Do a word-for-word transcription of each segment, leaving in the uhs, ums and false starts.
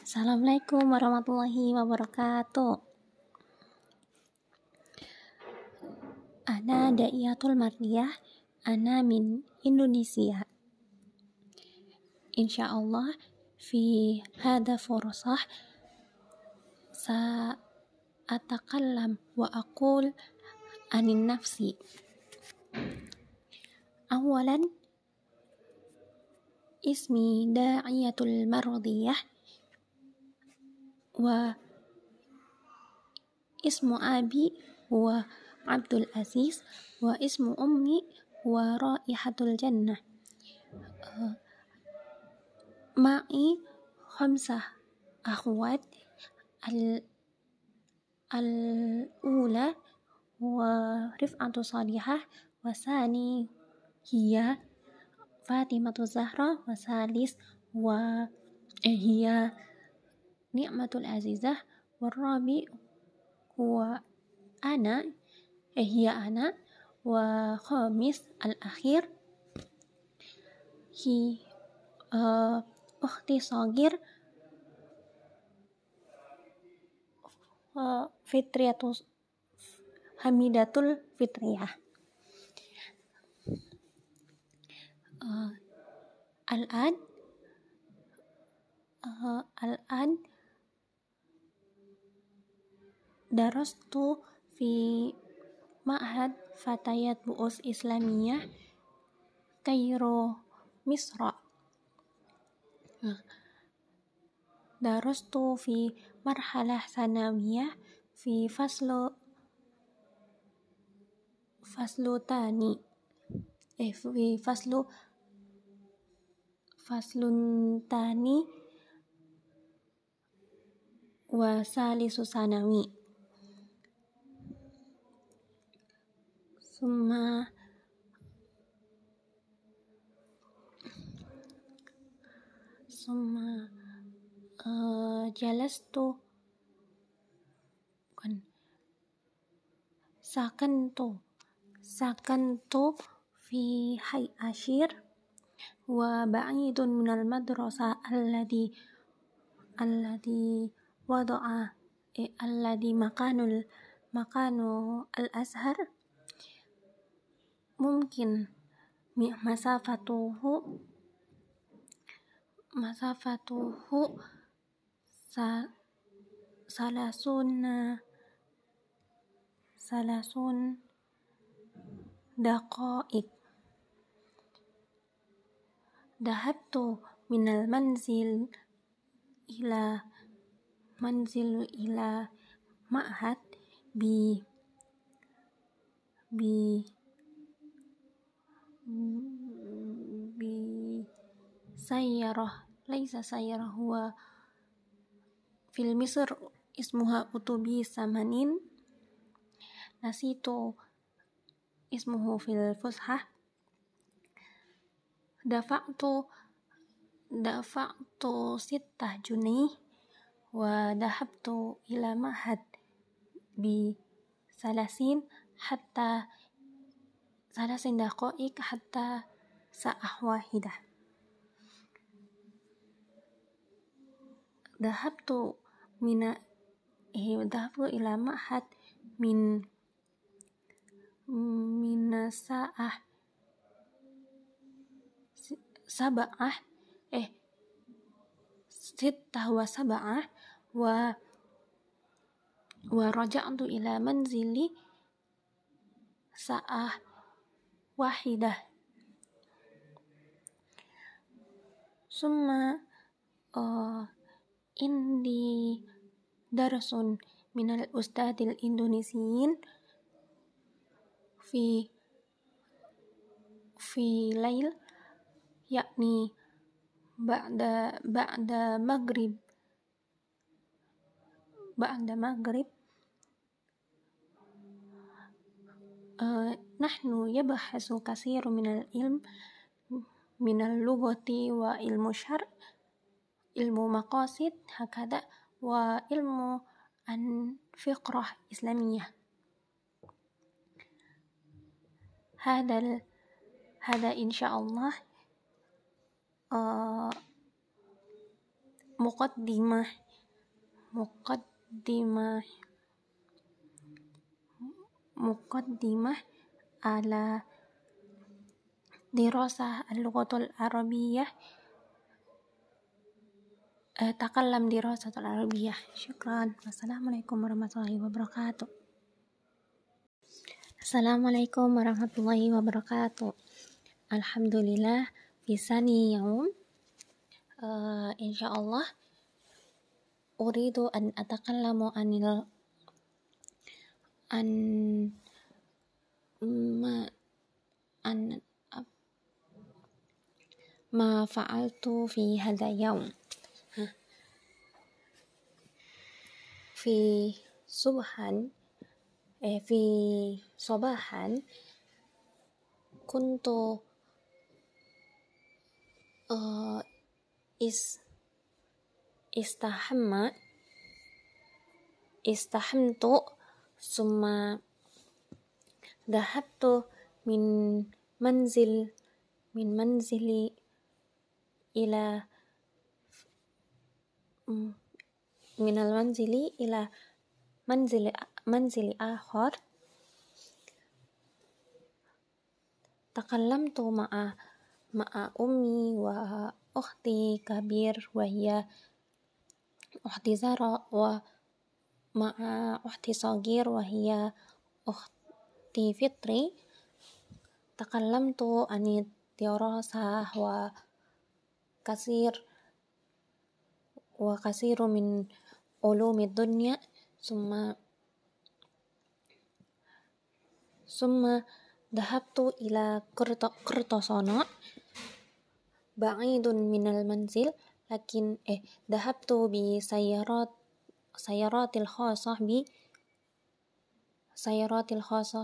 Assalamualaikum warahmatullahi wabarakatuh. Ana Da'iyatul Mardiyah. Ana min Indonesia. Insyaallah fi hada fursah sa'atakallam wa aqul anin nafsi. Awalan, ismi Da'iyatul Mardiyah wa ismu abi huwa Abdul Aziz wa ismu ummi huwa Raihatul Jannah. Uh, Ma'i khamsah akhwat al al-ula wa Rif'atu Salihah wa sani hiya Fatimatu Zahra wa salis wa eh, hiya Ni'matul Azizah wa rabi huwa ana eh, hiya ana wa khamis al-akhir hi uh, ukhti sagir uh, Fitriyatus Hamidatul Fitriyah. uh, Al-an uh, Al-an darastu fi ma'had Fatayat Bu'us Islamiyah Kairo Misra. Darastu fi marhalah sanawiyah fi faslu faslu tani eh fi faslu faslun tani wa salisu sanawi. Summa Summa uh, jalastu kan sakantu sakantu fi Hay Ashir wa ba'idun minal madrasah alladhi alladhi wada'a eh, alladhi makanul makanu al-azhar mungkin masafatuhu masafatuhu sa salasun salasun daqa'iq. Dahabtu minal manzil ila manzil ila ma'had bi bi bi sayyarah laisa sayyarah huwa fil Misr ismuha utubi samanin nasitu ismuhu fil fushah. Dafa'tu dafa'tu sittah junih wa dahabtu ila ma'had bi salasin hatta salasin daqa'iq hatta sa'ah wahidah. Dahabtu mina eh dahabtu ila ma'had min min sa'ah sab'ah eh sittah wa sab'ah wa wa raja'tu ila manzili sa'ah wahidah. Summa uh, indi darasun minal ustadil indonesiyin fi fi lail yakni ba'da ba'da maghrib ba'da maghrib uh, nahnu yabhasu katsiru minal ilm minal lughati wa ilmu syar' ilmu maqasid hakada wa ilmu an fiqrah islamiyah. Hadal hada insyaallah uh, مقدمة مقدمة مقدمة على دراسة اللغة العربية أتكلم دراسة العربية. شكرا. والسلام عليكم ورحمة الله وبركاته. السلام عليكم ورحمة الله وبركاته. الحمد لله. في ثاني يوم آه إن شاء الله أريد أن أتكلم عن ال... عن ما عن ما فعلت في هذا اليوم. في صبحا في صباحا كنت آه is استحمى استحمت ثم ذهبت من منزل من منزلي إلى من المنزل إلى منزل منزل آخر. تكلمت مع مع أمي وأختي كبير وهي أختي زهرة ومع أختي صغير وهي أختي فطري. تكلمت عن الدراسة وكثير وكثير من علوم الدنيا. ثم ثم ذهبت إلى قرطاسان بعيد من المنزل، لكن إيه ذهبت بسيارات سيارات الخاصة بي سيارات الخاصة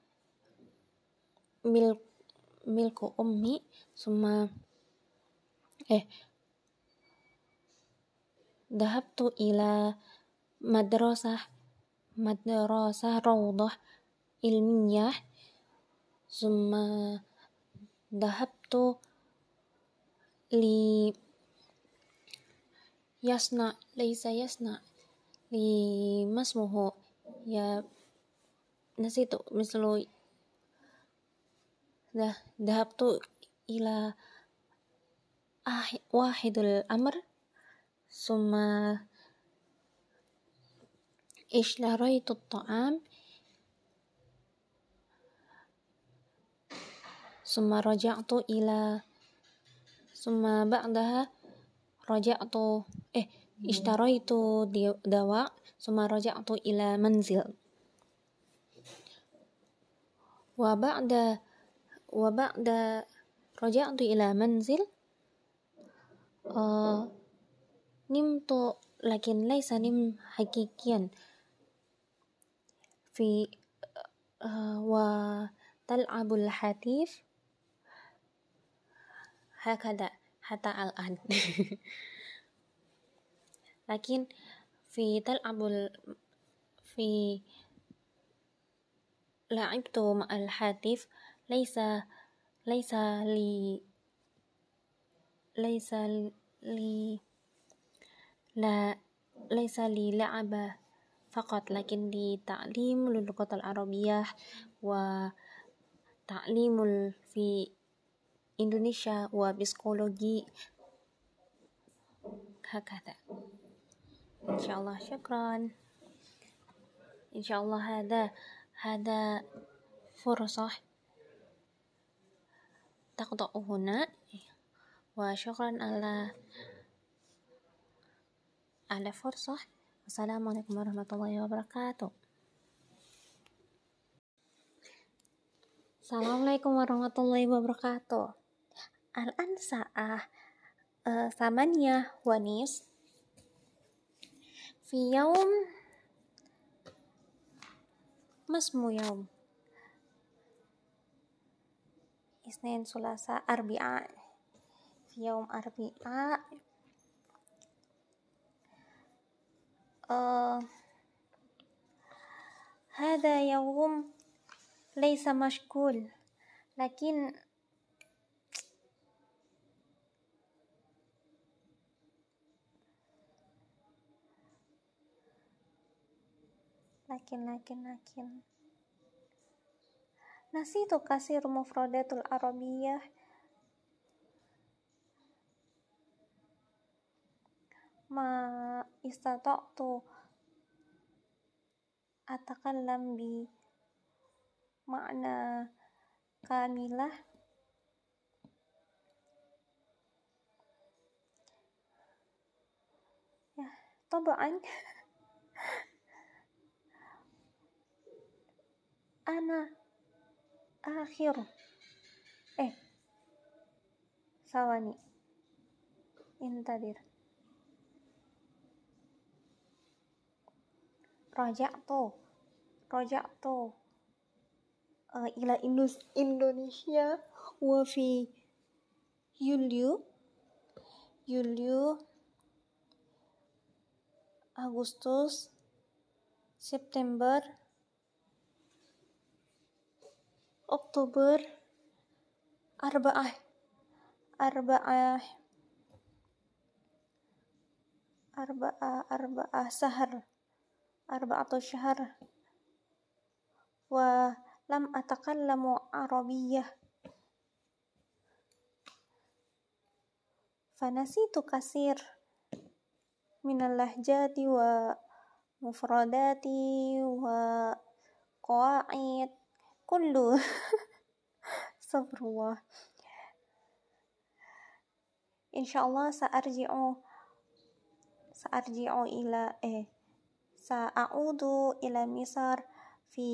ملك ملك أمي. ثم إيه ذهبت إلى مدرسة مدرسة روضة علمية. ثم ذهبت لي يصنع ليس يصنع لي ما اسمه يا نسيت مثل ذهبت إلى واحد الأمر. ثم اشتريت الطعام. ثم رجعت إلى ثم بعدها رجعت إيه اشتريت دواء. ثم رجعت إلى منزل. وبعد وبعد رجعت إلى منزل آه نمت، لكن ليس نوم حقيقيا. في آه وتلعب الهاتف هكذا حتى الآن. لكن في تلعب في لعبت مع الهاتف ليس ليس لي ليس لي لا ليس لي لعبة فقط، لكن لتعليم اللغة العربية وتعليم في إندونيسيا وبسيكولوجي هكذا. إن شاء الله. شكرا. إن شاء الله هذا هذا فرصة تقطع هنا. وشكرا على على فرصة. السلام عليكم ورحمة الله وبركاته. السلام عليكم ورحمة الله وبركاته. الآن الساعة ثمانية ونصف في يوم ما اسمه يوم اثنين ثلاثاء أربعاء. في يوم أربعاء آه هذا يوم ليس مشغول، لكن لكن لكن لكن نسيت كثير مفردات العربية. ما استطعت أتكلم بمعنى كاملة. طبعا أنا آخر إيه ثواني انتظر. رجعت رجعت آه، إلى إندو- إندونيسيا وفي يوليو يوليو أغسطس سبتمبر أكتوبر أربعة أربعة أربعة أربعة شهر أربعة شهر ولم أتكلم عربية فنسيت كثير من اللهجات ومفردات وقواعد كله. استغفر الله. إن شاء الله سأرجع سأرجع إلى إيه سأعود إلى مصر في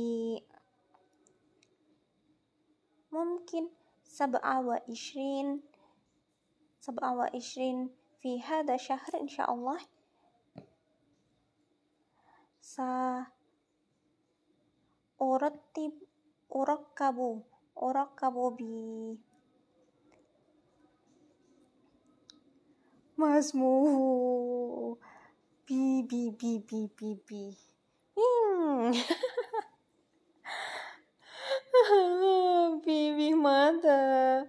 ممكن سبعة وعشرين سبعة وعشرين في هذا الشهر إن شاء الله. سأرتب أركب أركب ب ما اسمه بي بي بي بي بي بي بي بي ماذا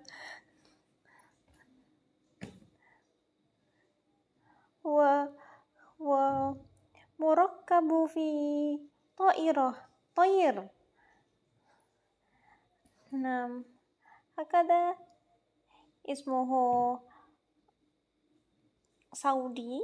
و و مركب في طائرة طير. نعم هكذا اسمه سعودي.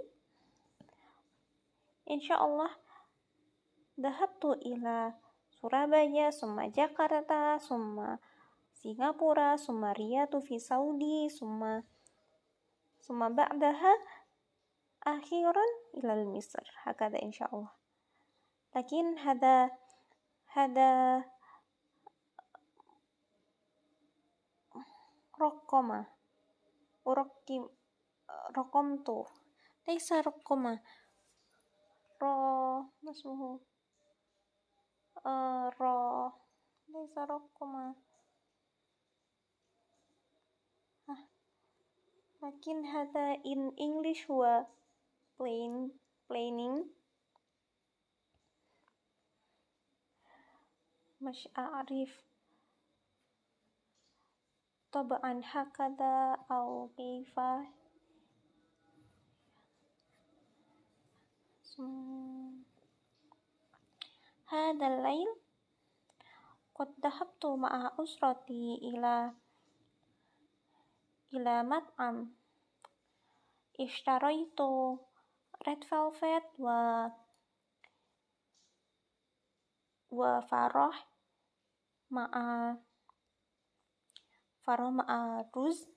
إن شاء الله ذهبت إلى سورابaya ثم جاكرتا ثم سنغافورة ثم رياض في سعودي ثم ثم بعدها أخيرا إلى مصر هكذا إن شاء الله. لكن هذا هذا رقم أرقم رقمت ليس رقم را ما اسمه آه را ليس رقم لكن هذا in English هو plain planning مش أعرف طبعا هكذا أو كيف. هذا الليل قد ذهبت مع أسرتي إلى إلى مطعم. اشتريت ريد فيلفت و وفرح مع فرح مع رز.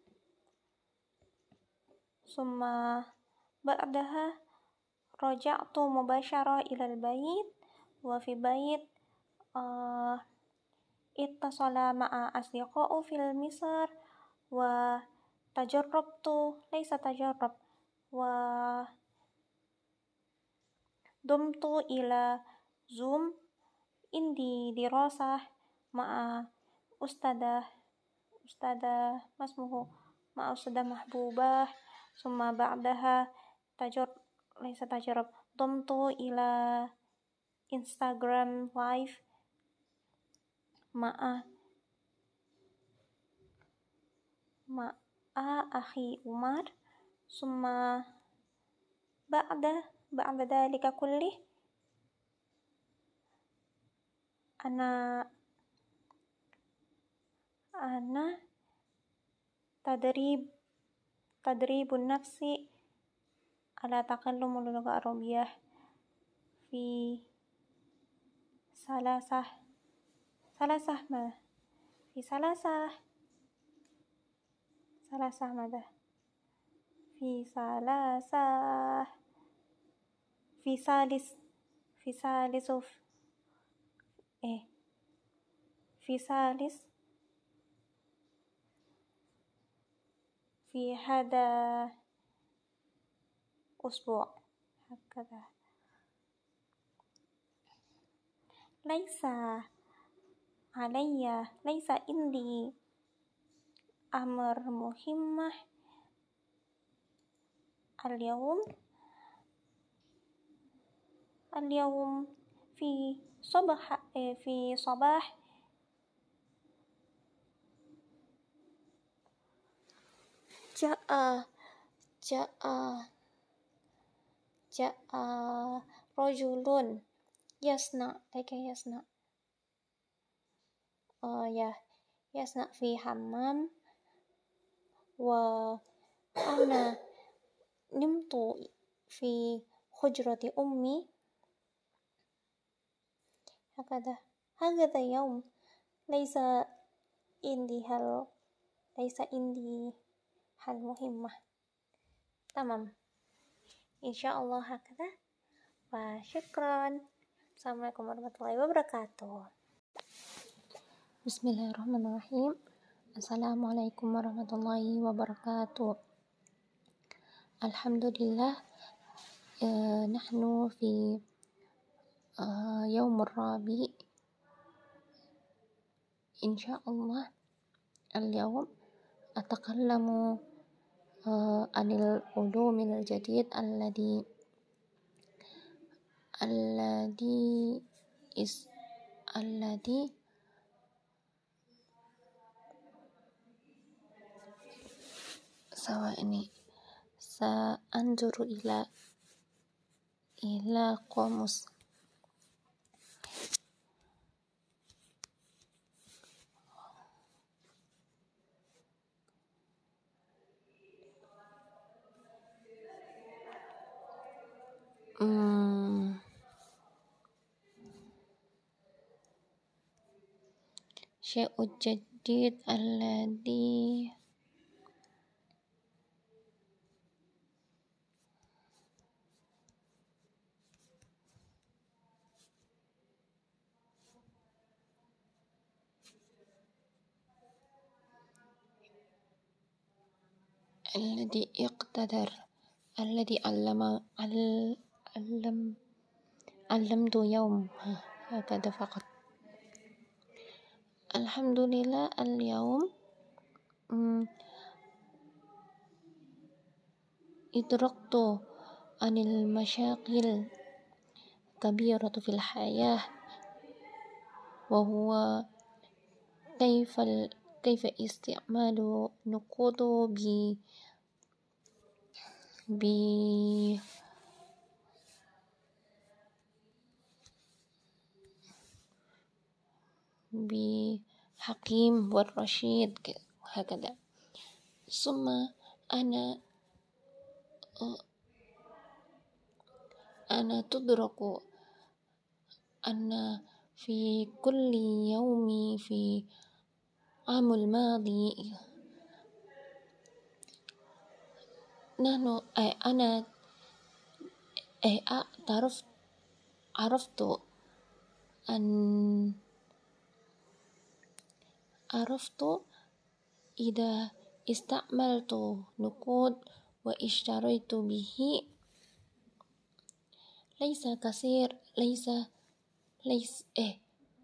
ثم بعدها رجعت مباشرة إلى البيت وفي البيت آه اتصل مع أصدقاء في مصر وتجربت ليس تجرب ودمت إلى زوم عندي دراسة مع أستاذة أستاذة ما اسمه مع أستاذة محبوبة. ثم بعدها تجرب ليس تجرب دمت إلى إنستغرام لايف مع مع أخي عمر. ثم بعد بعد ذلك كله أنا أنا تدريب تدريب النفس على تكلم اللغة العربية في ثلاثة ثلاثة ما في ثلاثة ثلاثة ماذا في ثلاثة في ثالث في ثالث إيه في ثالث في هذا أسبوع هكذا. ليس علي ليس عندي أمر مهم اليوم اليوم في صباح في صباح جاء جاء جاء رجل يصنع لك يصنع آه يا يصنع في حمام وأنا نمت في حجرة أمي هكذا. هكذا يوم ليس عندي هل ليس عندي حل مهمة. تمام إن شاء الله هكذا وشكرا. Assalamualaikum warahmatullahi wabarakatuh. Bismillahirrahmanirrahim. Assalamualaikum warahmatullahi wabarakatuh. Alhamdulillah. آه نحن في آه يوم الرابع إن شاء الله. اليوم أتكلم آه عن العلوم الجديد الذي الذي is الذي سواء ini سأنظر إلى إلى قاموس. Hmm. شيء الجديد الذي الذي يقتدر الذي علم علم علمت يوم هكذا فقط. Alhamdulillah اليوم إدركت عن المشاكل الكبيرة في الحياة وهو كيف كيف استعمال نقود ب ب بحكيم والرشيد هكذا. ثم أنا أنا تدرك أن في كل يوم في عام الماضي نحن أي أنا أي عرفت عرفت أن عرفت إذا استعملت نقود واشتريت به ليس كثير ليس ليس إيه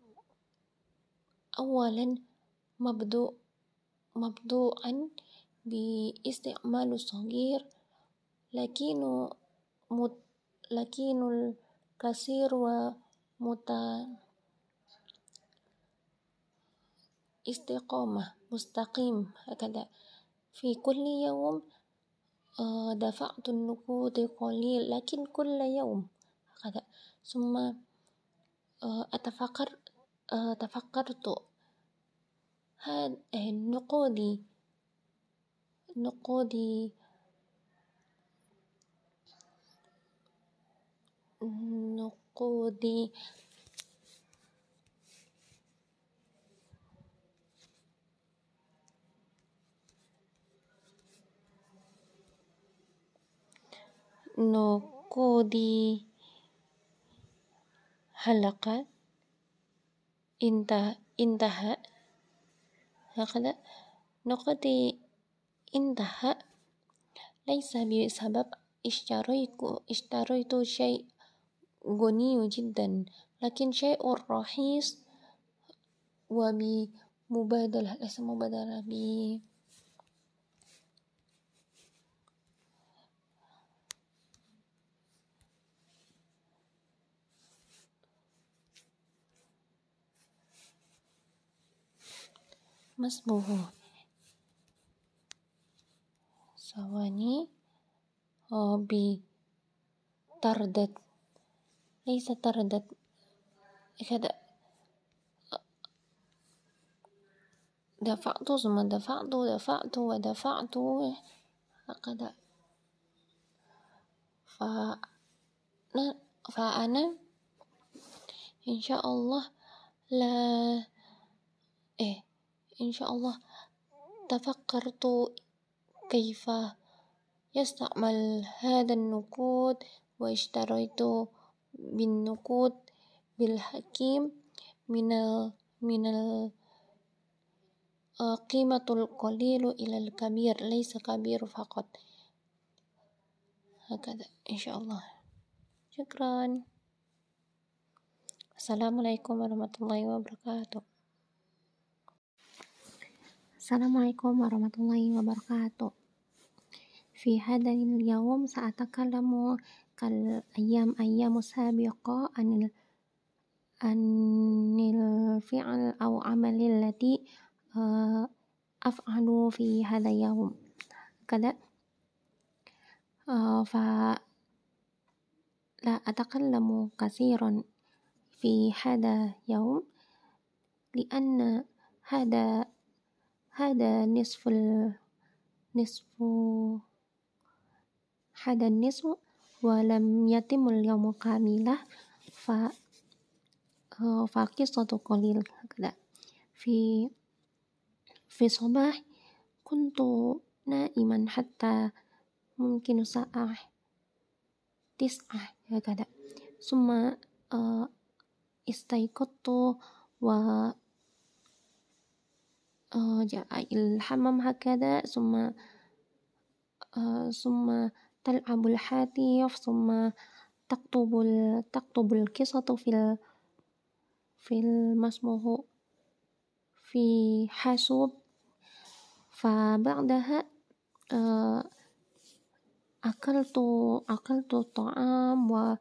أولا مبدوء مبدوءا باستعمال صغير لكن مت لكن الكثير ومت استقامة مستقيم هكذا. في كل يوم آه دفعت النقود قليل لكن كل يوم هكذا. ثم آه أتفكر آه تفكرت هذا النقود نقود نقود نقود حلقة انتهى انتهى هكذا. نقود انتهى ليس بسبب اشتريت اشتريت شيء غني جدا، لكن شيء رخيص وبمبادلة ليس مبادلة ب ما اسمه ثواني آه بتردد ليس تردد كذا. دفعت ثم دفعت دفعت ودفعت هكذا. ف فأنا إن شاء الله لا إيه إن شاء الله تفكرت كيف يستعمل هذا النقود، واشتريت بالنقود بالحكيم من ال من ال آه، قيمة القليل إلى الكبير، ليس كبير فقط، هكذا إن شاء الله. شكرا. السلام عليكم ورحمة الله وبركاته. السلام عليكم ورحمة الله وبركاته. في هذا اليوم سأتكلم كالأيام أيام السابقة عن ال- عن الفعل أو عمل التي آه، أفعل في هذا اليوم كذا. آه، فلا أتكلم كثيرا في هذا اليوم، لأن هذا هذا نصف ال- نصف هذا النصف ولم يتم اليوم كاملة. ف آه، فقصة قليل هكذا. في في الصباح كنت نائما حتى ممكن الساعة تسعة هكذا، ثم آه، استيقظت و آه، جاء الحمام هكذا، ثم آه، ثم تلعب الهاتف، ثم تكتب ال- تكتب القصة في ال في ما اسمه في حاسوب. فبعدها آه، أكلت أكلت الطعام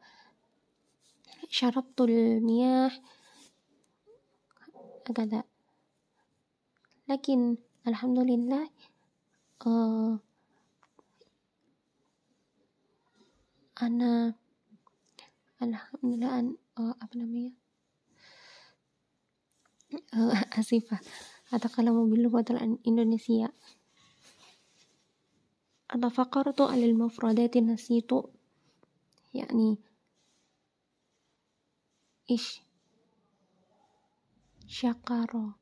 وشربت المياه هكذا. لكن الحمد لله آه، أنا الحمد لله أن آه، apa namanya آه، آسفة أتكلم باللغة الإندونيسية. تفكرت على المفردات نسيت، يعني إيش شكر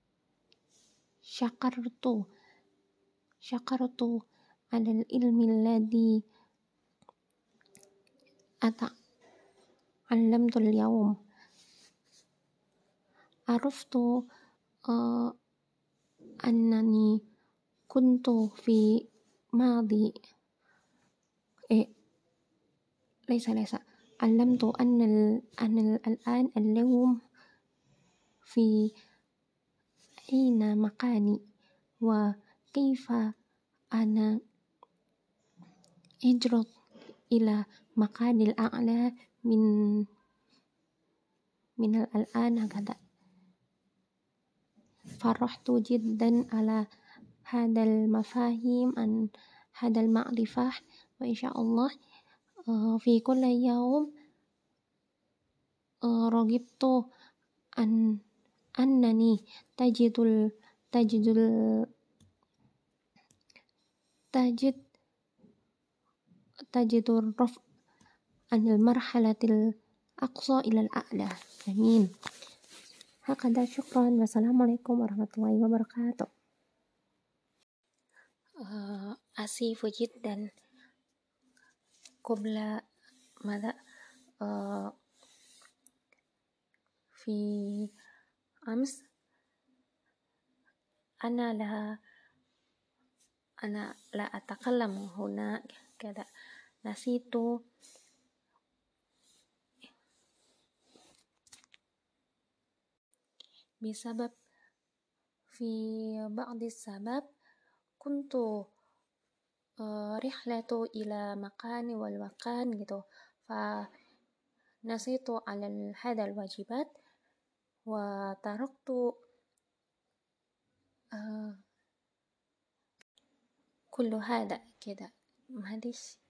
شكرت شكرت على العلم الذي أتعلمت اليوم. عرفت آه أنني كنت في ماضي إيه ليس ليس علمت أن ال... أن ال- الآن اليوم في أين مكاني، وكيف أنا هجرت إلى مكان الأعلى من من الآن هكذا. فرحت جدا على هذا المفاهيم عن هذا المعرفة، وإن شاء الله آه، في كل يوم آه، رغبت أن أنني تجد ال تجد ال تجد تجد الرفع عن المرحلة الأقصى إلى الأعلى. آمين. هكذا، شكرا والسلام عليكم ورحمة الله وبركاته. آه، آسف جدا. قبل ماذا آه، في أمس أنا لا أنا لا أتكلم هنا كذا، نسيت بسبب في بعض السبب كنت آه، رحلة إلى مكان والمكان gitu، فنسيت على هذا الواجبات وتركت آه، كل هذا كده. معلش.